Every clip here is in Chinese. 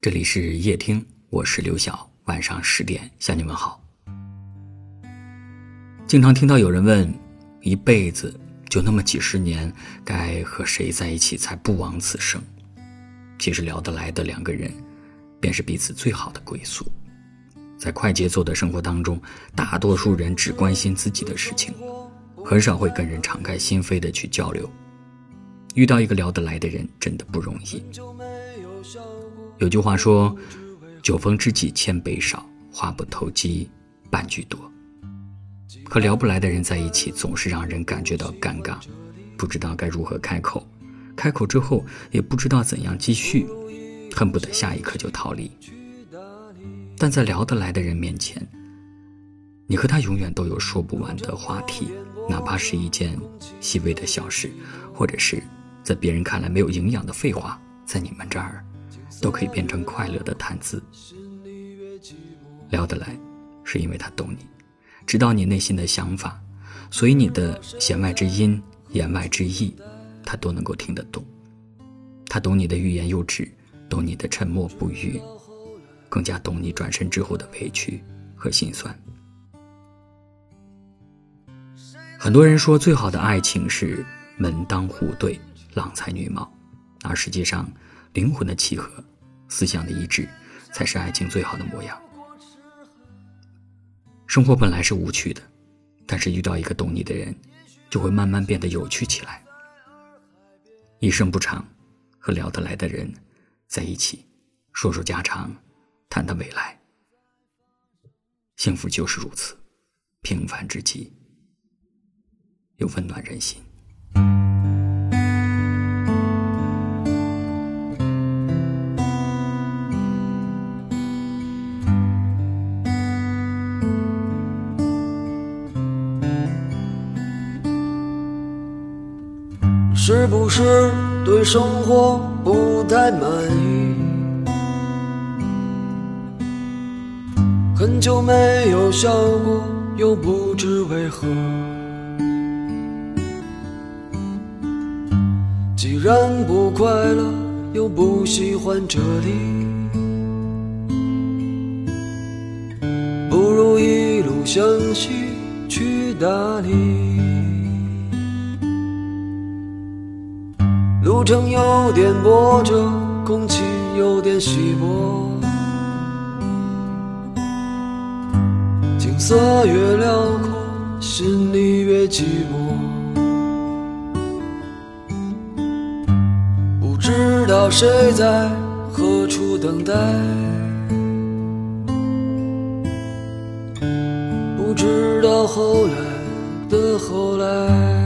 这里是夜听，我是刘晓，晚上10点向你们好。经常听到有人问，一辈子就那么几十年，该和谁在一起才不枉此生？其实聊得来的两个人，便是彼此最好的归宿。在快节奏的生活当中，大多数人只关心自己的事情，很少会跟人敞开心扉的去交流。遇到一个聊得来的人真的不容易。有句话说，酒逢知己千杯少，话不投机半句多。和聊不来的人在一起，总是让人感觉到尴尬，不知道该如何开口，开口之后也不知道怎样继续，恨不得下一刻就逃离。但在聊得来的人面前，你和他永远都有说不完的话题，哪怕是一件细微的小事，或者是在别人看来没有营养的废话，在你们这儿都可以变成快乐的谈资。聊得来是因为他懂你，知道你内心的想法，所以你的弦外之音言外之意他都能够听得懂。他懂你的欲言又止，懂你的沉默不语，更加懂你转身之后的委屈和心酸。很多人说最好的爱情是门当户对，郎才女貌，而实际上灵魂的契合，思想的一致，才是爱情最好的模样。生活本来是无趣的，但是遇到一个懂你的人，就会慢慢变得有趣起来。一生不长，和聊得来的人在一起，说说家常，谈谈未来。幸福就是如此，平凡之极，又温暖人心。 是不是对生活不太满意？很久没有笑过，又不知为何。既然不快乐，又不喜欢这里，不如一路向西去大理。路程有点波折，空气有点稀薄，景色越辽阔，心里越寂寞。不知道谁在何处等待，不知道后来的后来。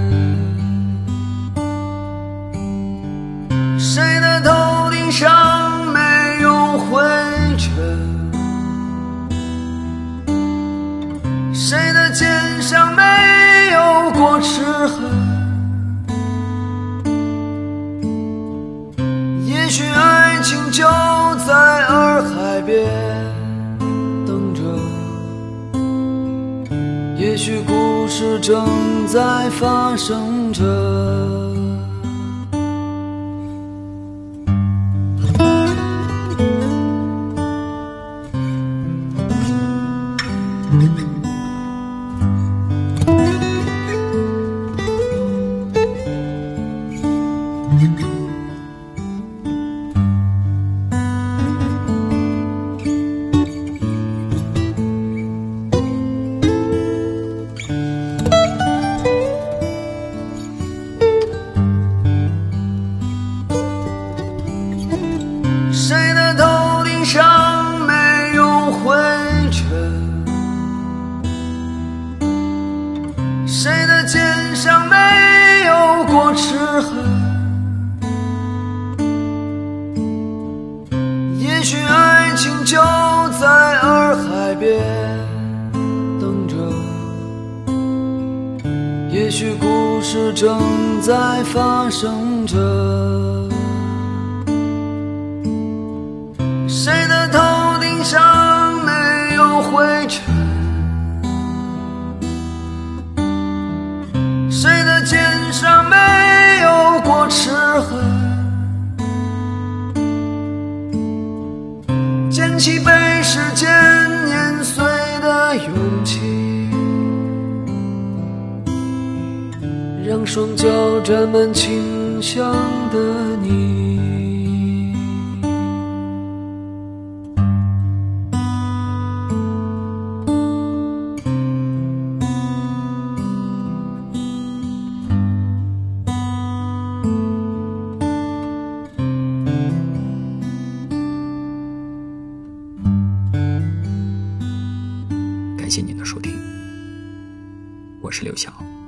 谁的头顶上没有灰尘？谁的肩上没有过齿痕？也许爱情就在洱海边等着，也许故事正在发生着。谁的头顶上没有灰尘？谁的肩上没有过齿痕？也许爱情就在洱海边等着，也许故事正在发生着。谁的头顶上没有灰尘？谁的肩上没有过齿痕？ 捡起被时间碾碎的勇气，让双脚沾满清香的你。 感谢您的收听，我是刘晓。